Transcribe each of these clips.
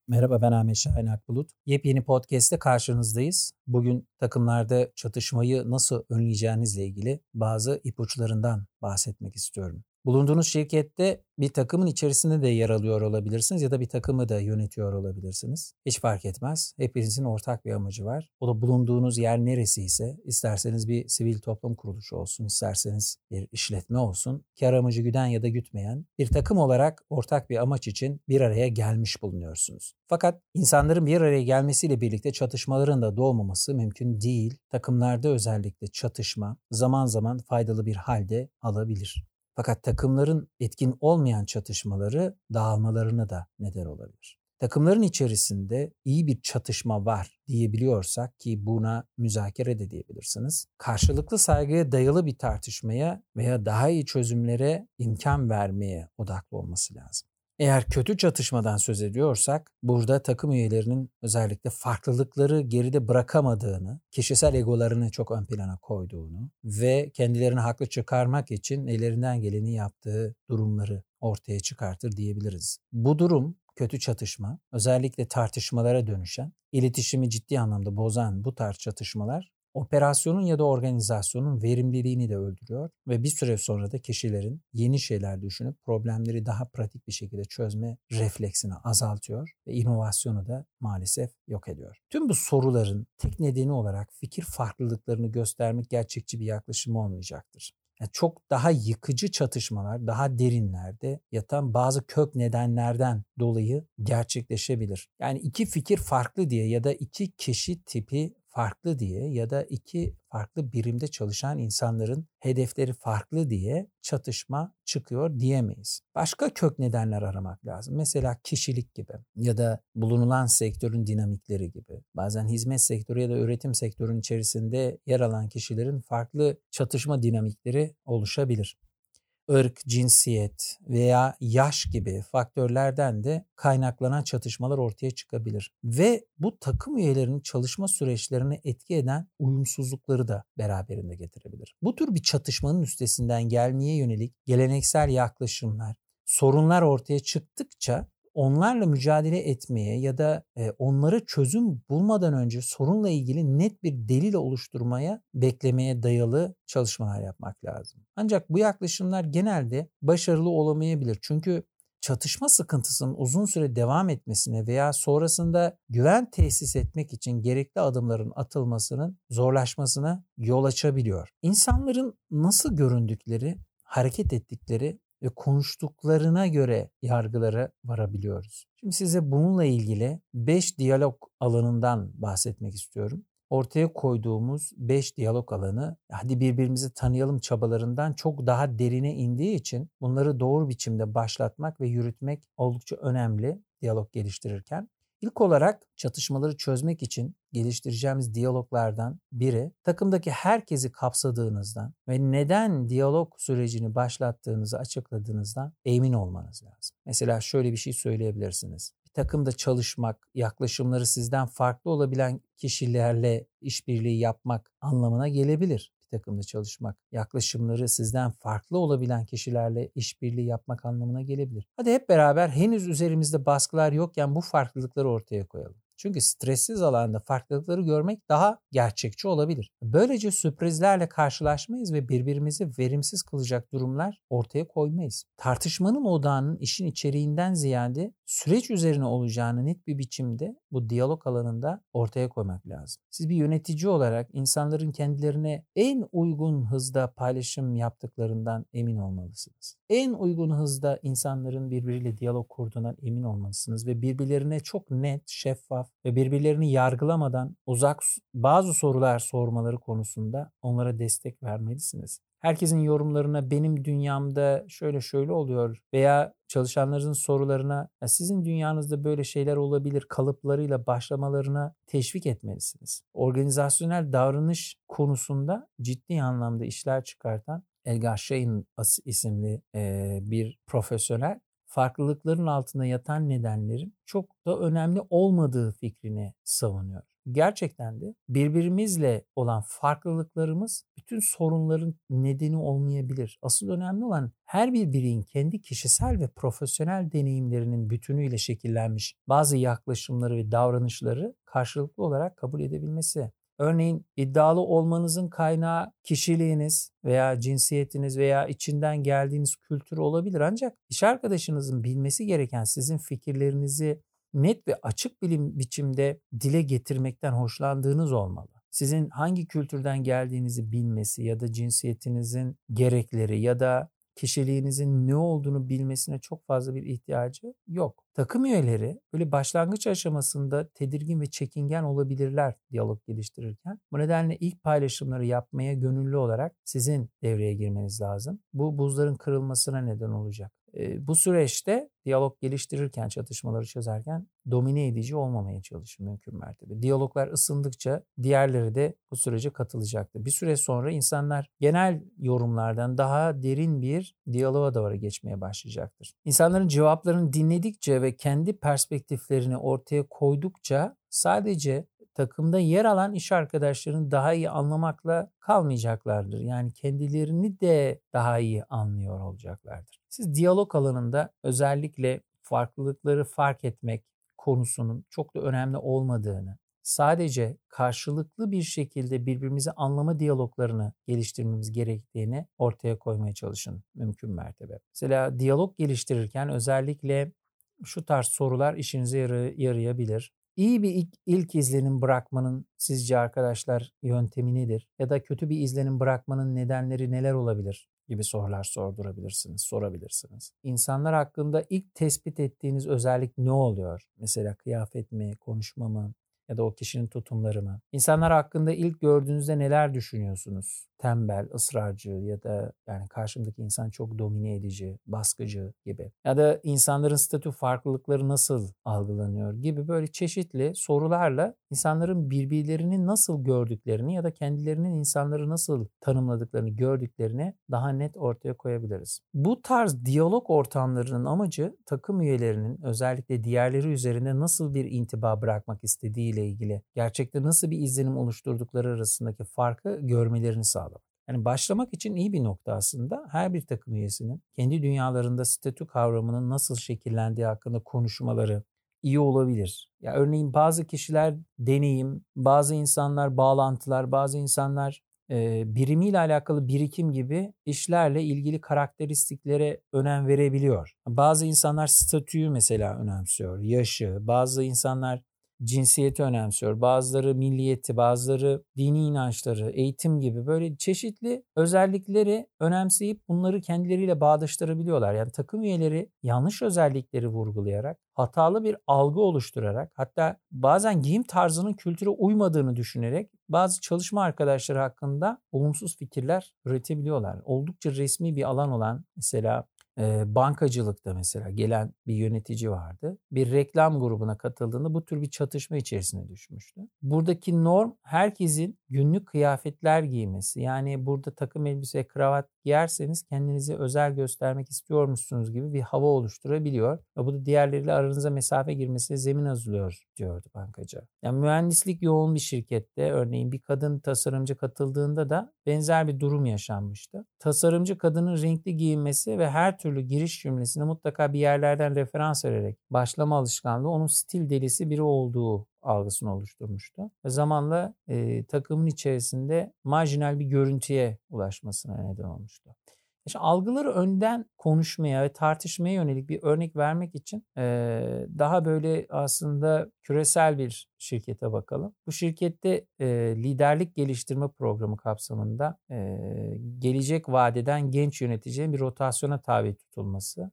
Merhaba, ben Ahmet Şahin Akbulut. Yepyeni podcast'te karşınızdayız. Bugün takımlarda çatışmayı nasıl önleyeceğinizle ilgili bazı ipuçlarından bahsetmek istiyorum. Bulunduğunuz şirkette bir takımın içerisinde de yer alıyor olabilirsiniz ya da bir takımı da yönetiyor olabilirsiniz. Hiç fark etmez. Hepinizin ortak bir amacı var. O da bulunduğunuz yer neresiyse, isterseniz bir sivil toplum kuruluşu olsun, isterseniz bir işletme olsun, kar amacı güden ya da gütmeyen bir takım olarak ortak bir amaç için bir araya gelmiş bulunuyorsunuz. Fakat insanların bir araya gelmesiyle birlikte çatışmaların da doğmaması mümkün değil. Takımlarda özellikle çatışma zaman zaman faydalı bir halde alabilir. Fakat takımların etkin olmayan çatışmaları dağılmalarına da neden olabilir. Takımların içerisinde iyi bir çatışma var diyebiliyorsak ki buna müzakere de diyebilirsiniz. Karşılıklı saygıya dayalı bir tartışmaya veya daha iyi çözümlere imkan vermeye odaklı olması lazım. Eğer kötü çatışmadan söz ediyorsak burada takım üyelerinin özellikle farklılıkları geride bırakamadığını, kişisel egolarını çok ön plana koyduğunu ve kendilerini haklı çıkarmak için ellerinden geleni yaptığı durumları ortaya çıkartır diyebiliriz. Bu durum kötü çatışma, özellikle tartışmalara dönüşen, iletişimi ciddi anlamda bozan bu tarz çatışmalar operasyonun ya da organizasyonun verimliliğini de öldürüyor ve bir süre sonra da kişilerin yeni şeyler düşünüp problemleri daha pratik bir şekilde çözme refleksini azaltıyor ve inovasyonu da maalesef yok ediyor. Tüm bu soruların tek nedeni olarak fikir farklılıklarını göstermek gerçekçi bir yaklaşım olmayacaktır. Yani çok daha yıkıcı çatışmalar daha derinlerde yatan bazı kök nedenlerden dolayı gerçekleşebilir. Yani iki fikir farklı diye ya da iki kişi tipi farklı diye ya da iki farklı birimde çalışan insanların hedefleri farklı diye çatışma çıkıyor diyemeyiz. Başka kök nedenler aramak lazım. Mesela kişilik gibi ya da bulunulan sektörün dinamikleri gibi. Bazen hizmet sektörü ya da üretim sektörünün içerisinde yer alan kişilerin farklı çatışma dinamikleri oluşabilir. Irk, cinsiyet veya yaş gibi faktörlerden de kaynaklanan çatışmalar ortaya çıkabilir. Ve bu takım üyelerinin çalışma süreçlerine etki eden uyumsuzlukları da beraberinde getirebilir. Bu tür bir çatışmanın üstesinden gelmeye yönelik geleneksel yaklaşımlar, sorunlar ortaya çıktıkça onlarla mücadele etmeye ya da onları çözüm bulmadan önce sorunla ilgili net bir delil oluşturmaya, beklemeye dayalı çalışmalar yapmak lazım. Ancak bu yaklaşımlar genelde başarılı olamayabilir. Çünkü çatışma sıkıntısının uzun süre devam etmesine veya sonrasında güven tesis etmek için gerekli adımların atılmasının zorlaşmasına yol açabiliyor. İnsanların nasıl göründükleri, hareket ettikleri ve konuştuklarına göre yargılara varabiliyoruz. Şimdi size bununla ilgili 5 diyalog alanından bahsetmek istiyorum. Ortaya koyduğumuz 5 diyalog alanı hadi birbirimizi tanıyalım çabalarından çok daha derine indiği için bunları doğru biçimde başlatmak ve yürütmek oldukça önemli diyalog geliştirirken. İlk olarak çatışmaları çözmek için geliştireceğimiz diyaloglardan biri takımdaki herkesi kapsadığınızdan ve neden diyalog sürecini başlattığınızı açıkladığınızdan emin olmanız lazım. Mesela şöyle bir şey söyleyebilirsiniz. Bir takımda çalışmak, yaklaşımları sizden farklı olabilen kişilerle işbirliği yapmak anlamına gelebilir. Bir takımda çalışmak, yaklaşımları sizden farklı olabilen kişilerle işbirliği yapmak anlamına gelebilir. Hadi hep beraber henüz üzerimizde baskılar yokken bu farklılıkları ortaya koyalım. Çünkü stressiz alanda farklılıkları görmek daha gerçekçi olabilir. Böylece sürprizlerle karşılaşmayız ve birbirimizi verimsiz kılacak durumlar ortaya koymayız. Tartışmanın odağının işin içeriğinden ziyade süreç üzerine olacağını net bir biçimde bu diyalog alanında ortaya koymak lazım. Siz bir yönetici olarak insanların kendilerine en uygun hızda paylaşım yaptıklarından emin olmalısınız. En uygun hızda insanların birbiriyle diyalog kurduğundan emin olmalısınız ve birbirlerine çok net, şeffaf ve birbirlerini yargılamadan uzak bazı sorular sormaları konusunda onlara destek vermelisiniz. Herkesin yorumlarına benim dünyamda şöyle şöyle oluyor veya çalışanların sorularına sizin dünyanızda böyle şeyler olabilir kalıplarıyla başlamalarına teşvik etmelisiniz. Organizasyonel davranış konusunda ciddi anlamda işler çıkartan Edgar Schein isimli bir profesyonel farklılıkların altında yatan nedenlerin çok da önemli olmadığı fikrini savunuyor. Gerçekten de birbirimizle olan farklılıklarımız bütün sorunların nedeni olmayabilir. Asıl önemli olan her bir bireyin kendi kişisel ve profesyonel deneyimlerinin bütünüyle şekillenmiş bazı yaklaşımları ve davranışları karşılıklı olarak kabul edebilmesi. Örneğin iddialı olmanızın kaynağı kişiliğiniz veya cinsiyetiniz veya içinden geldiğiniz kültür olabilir. Ancak iş arkadaşınızın bilmesi gereken sizin fikirlerinizi net ve açık biçimde dile getirmekten hoşlandığınız olmalı. Sizin hangi kültürden geldiğinizi bilmesi ya da cinsiyetinizin gerekleri ya da kişiliğinizin ne olduğunu bilmesine çok fazla bir ihtiyacı yok. Takım üyeleri böyle başlangıç aşamasında tedirgin ve çekingen olabilirler diyalog geliştirirken. Bu nedenle ilk paylaşımları yapmaya gönüllü olarak sizin devreye girmeniz lazım. Bu buzların kırılmasına neden olacak. Bu süreçte diyalog geliştirirken, çatışmaları çözerken domine edici olmamaya çalışın mümkün mertebe. Diyaloglar ısındıkça diğerleri de bu sürece katılacaktır. Bir süre sonra insanlar genel yorumlardan daha derin bir diyaloğa doğru geçmeye başlayacaktır. İnsanların cevaplarını dinledikçe ve kendi perspektiflerini ortaya koydukça sadece takımda yer alan iş arkadaşlarını daha iyi anlamakla kalmayacaklardır. Yani kendilerini de daha iyi anlıyor olacaklardır. Siz diyalog alanında özellikle farklılıkları fark etmek konusunun çok da önemli olmadığını, sadece karşılıklı bir şekilde birbirimizi anlama diyaloglarını geliştirmemiz gerektiğini ortaya koymaya çalışın mümkün mertebe. Mesela diyalog geliştirirken özellikle şu tarz sorular işinize yarayabilir. İyi bir ilk izlenim bırakmanın sizce arkadaşlar yöntemi nedir? Ya da kötü bir izlenim bırakmanın nedenleri neler olabilir? Gibi sorular sorabilirsiniz. İnsanlar hakkında ilk tespit ettiğiniz özellik ne oluyor? Mesela kıyafet mi, konuşma mı? Ya da o kişinin tutumları mı? İnsanlar hakkında ilk gördüğünüzde neler düşünüyorsunuz? Tembel, ısrarcı ya da yani karşımdaki insan çok domine edici, baskıcı gibi. Ya da insanların statü farklılıkları nasıl algılanıyor gibi böyle çeşitli sorularla insanların birbirlerini nasıl gördüklerini ya da kendilerinin insanları nasıl tanımladıklarını gördüklerini daha net ortaya koyabiliriz. Bu tarz diyalog ortamlarının amacı takım üyelerinin özellikle diğerleri üzerinde nasıl bir intiba bırakmak istediği ile ilgili gerçekte nasıl bir izlenim oluşturdukları arasındaki farkı görmelerini sağlamak. Yani başlamak için iyi bir nokta aslında her bir takım üyesinin kendi dünyalarında statü kavramının nasıl şekillendiği hakkında konuşmaları iyi olabilir. Ya örneğin bazı kişiler deneyim, bazı insanlar bağlantılar, bazı insanlar birimiyle alakalı birikim gibi işlerle ilgili karakteristiklere önem verebiliyor. Bazı insanlar statüyü mesela önemsiyor, yaşı, bazı insanlar cinsiyeti önemsiyor, bazıları milliyeti, bazıları dini inançları, eğitim gibi böyle çeşitli özellikleri önemseyip bunları kendileriyle bağdaştırabiliyorlar. Yani takım üyeleri yanlış özellikleri vurgulayarak, hatalı bir algı oluşturarak, hatta bazen giyim tarzının kültüre uymadığını düşünerek bazı çalışma arkadaşları hakkında olumsuz fikirler üretebiliyorlar. Oldukça resmi bir alan olan mesela bankacılıkta mesela gelen bir yönetici vardı. Bir reklam grubuna katıldığında bu tür bir çatışma içerisine düşmüştü. Buradaki norm herkesin günlük kıyafetler giymesi. Yani burada takım elbise, kravat giyerseniz kendinizi özel göstermek istiyormuşsunuz gibi bir hava oluşturabiliyor. Ve bu da diğerleriyle aranıza mesafe girmesine zemin hazırlıyor diyordu bankacı. Yani mühendislik yoğun bir şirkette örneğin bir kadın tasarımcı katıldığında da benzer bir durum yaşanmıştı. Tasarımcı kadının renkli giyinmesi ve her türlü giriş cümlesine mutlaka bir yerlerden referans vererek başlama alışkanlığı onun stil delisi biri olduğu algısını oluşturmuştu. Ve zamanla takımın içerisinde marjinal bir görüntüye ulaşmasına neden olmuştu. İşte algıları önden konuşmaya ve tartışmaya yönelik bir örnek vermek için daha böyle aslında küresel bir şirkete bakalım. Bu şirkette liderlik geliştirme programı kapsamında gelecek vadeden genç yöneticilerin bir rotasyona tabi tutulması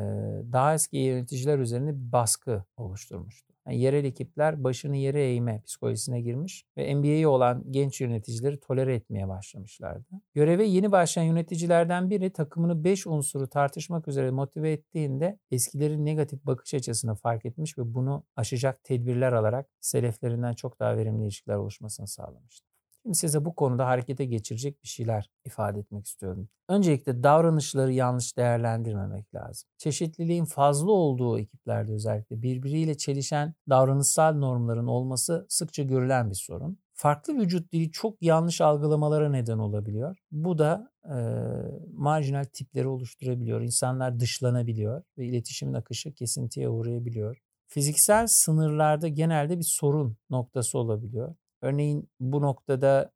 daha eski yöneticiler üzerinde bir baskı oluşturmuştu. Yani yerel ekipler başını yere eğme psikolojisine girmiş ve MBA'yi olan genç yöneticileri tolere etmeye başlamışlardı. Göreve yeni başlayan yöneticilerden biri takımını 5 unsuru tartışmak üzere motive ettiğinde eskilerin negatif bakış açısını fark etmiş ve bunu aşacak tedbirler alarak seleflerinden çok daha verimli ilişkiler oluşmasını sağlamıştı. Şimdi size bu konuda harekete geçirecek bir şeyler ifade etmek istiyorum. Öncelikle davranışları yanlış değerlendirmemek lazım. Çeşitliliğin fazla olduğu ekiplerde özellikle birbiriyle çelişen davranışsal normların olması sıkça görülen bir sorun. Farklı vücut dili çok yanlış algılamalara neden olabiliyor. Bu da marjinal tipleri oluşturabiliyor. İnsanlar dışlanabiliyor ve iletişimin akışı kesintiye uğrayabiliyor. Fiziksel sınırlarda genelde bir sorun noktası olabiliyor. Örneğin bu noktada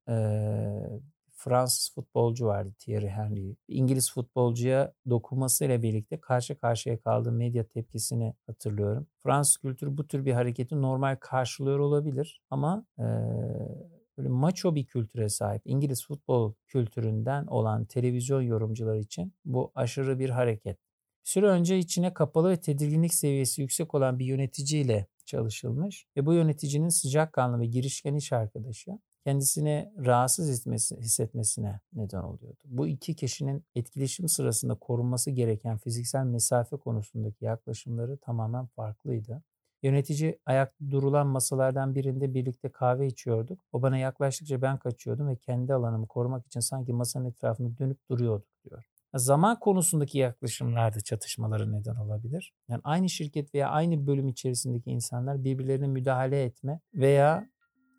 Fransız futbolcu vardı, Thierry Henry. İngiliz futbolcuya dokunmasıyla birlikte karşı karşıya kaldığı medya tepkisini hatırlıyorum. Fransız kültürü bu tür bir hareketi normal karşılıyor olabilir ama böyle maço bir kültüre sahip İngiliz futbol kültüründen olan televizyon yorumcuları için bu aşırı bir hareket. Bir süre önce içine kapalı ve tedirginlik seviyesi yüksek olan bir yöneticiyle çalışılmış ve bu yöneticinin sıcakkanlı ve girişken iş arkadaşı kendisini rahatsız hissetmesine neden oluyordu. Bu iki kişinin etkileşim sırasında korunması gereken fiziksel mesafe konusundaki yaklaşımları tamamen farklıydı. Yönetici ayakta durulan masalardan birinde birlikte kahve içiyorduk. O bana yaklaştıkça ben kaçıyordum ve kendi alanımı korumak için sanki masanın etrafında dönüp duruyorduk diyor. Zaman konusundaki yaklaşımlarda çatışmalara neden olabilir. Yani aynı şirket veya aynı bölüm içerisindeki insanlar birbirlerine müdahale etme veya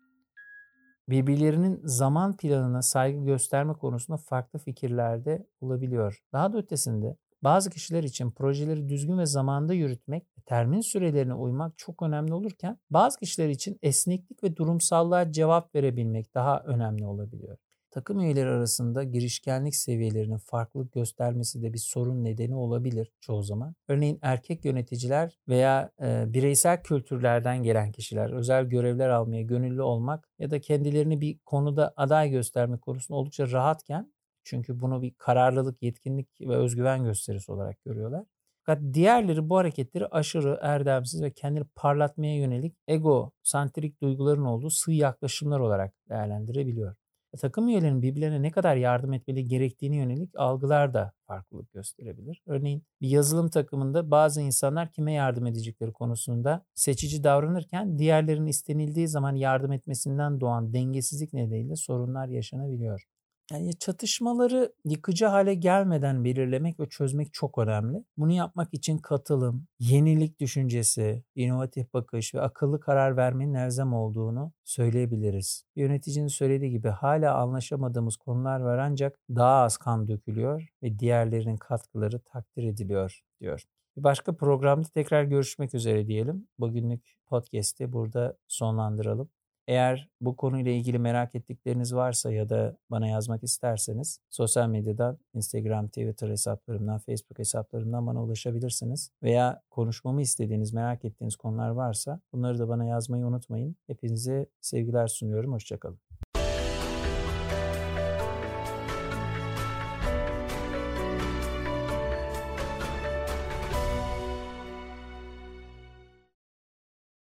birbirlerinin zaman planına saygı gösterme konusunda farklı fikirlerde olabiliyor. Daha da ötesinde bazı kişiler için projeleri düzgün ve zamanda yürütmek, termin sürelerine uymak çok önemli olurken bazı kişiler için esneklik ve durumsallığa cevap verebilmek daha önemli olabiliyor. Takım üyeleri arasında girişkenlik seviyelerinin farklılık göstermesi de bir sorun nedeni olabilir çoğu zaman. Örneğin erkek yöneticiler veya bireysel kültürlerden gelen kişiler özel görevler almaya gönüllü olmak ya da kendilerini bir konuda aday gösterme konusunda oldukça rahatken, çünkü bunu bir kararlılık, yetkinlik ve özgüven gösterisi olarak görüyorlar. Fakat diğerleri bu hareketleri aşırı, erdemsiz ve kendini parlatmaya yönelik egosantrik duyguların olduğu sığ yaklaşımlar olarak değerlendirebiliyor. Takım üyelerinin birbirlerine ne kadar yardım etmeli gerektiğine yönelik algılar da farklılık gösterebilir. Örneğin bir yazılım takımında bazı insanlar kime yardım edecekleri konusunda seçici davranırken diğerlerinin istenildiği zaman yardım etmesinden doğan dengesizlik nedeniyle sorunlar yaşanabiliyor. Yani çatışmaları yıkıcı hale gelmeden belirlemek ve çözmek çok önemli. Bunu yapmak için katılım, yenilik düşüncesi, inovatif bakış ve akıllı karar vermenin elzem olduğunu söyleyebiliriz. Yöneticinin söylediği gibi hala anlaşamadığımız konular var ancak daha az kan dökülüyor ve diğerlerinin katkıları takdir ediliyor diyor. Bir başka programda tekrar görüşmek üzere diyelim. Bugünlük podcast'i burada sonlandıralım. Eğer bu konuyla ilgili merak ettikleriniz varsa ya da bana yazmak isterseniz sosyal medyadan, Instagram, Twitter hesaplarımdan, Facebook hesaplarımdan bana ulaşabilirsiniz. Veya konuşmamı istediğiniz, merak ettiğiniz konular varsa bunları da bana yazmayı unutmayın. Hepinize sevgiler sunuyorum. Hoşça kalın.